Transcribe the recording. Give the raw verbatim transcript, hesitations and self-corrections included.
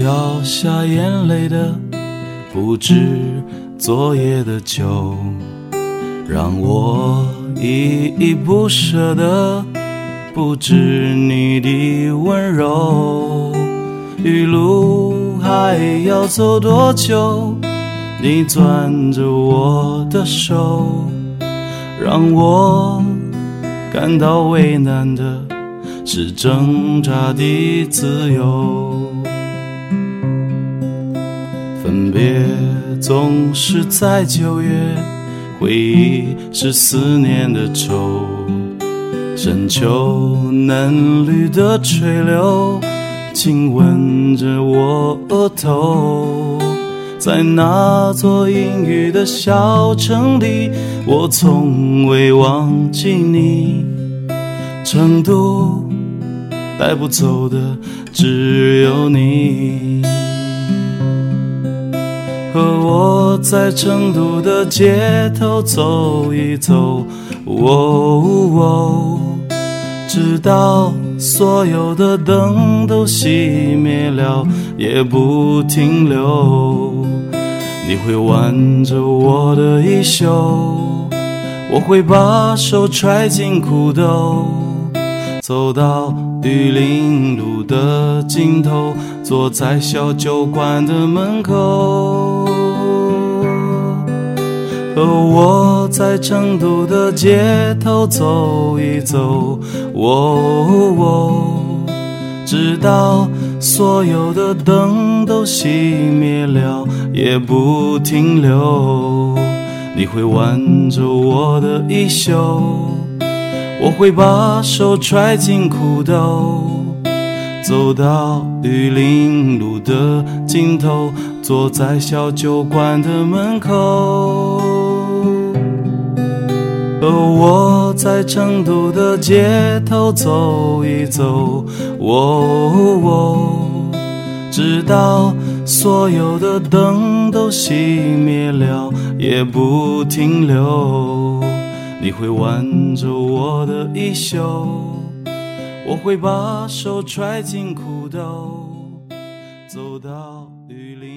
掉下眼泪的不止昨夜的酒，让我依依不舍的不止你的温柔。余路还要走多久，你攥着我的手，让我感到为难的是挣扎的自由。分别总是在九月，回忆是思念的愁，深秋嫩绿的垂柳亲吻着我额头。在那座阴雨的小城里，我从未忘记你。成都带不走的只有你，和我在成都的街头走一走，哦哦，直到所有的灯都熄灭了也不停留。你会挽着我的衣袖，我会把手揣进裤兜，走到玉林路的尽头，坐在小酒馆的门口。和我在成都的街头走一走，哦哦，直到所有的灯都熄灭了也不停留。你会挽着我的衣袖，我会把手揣进裤兜，走到玉林路的尽头，坐在小酒馆的门口。和我在成都的街头走一走，哦哦，直到所有的灯都熄灭了也不停留。你会挽着我的衣袖，我会把手揣进裤兜，走到玉林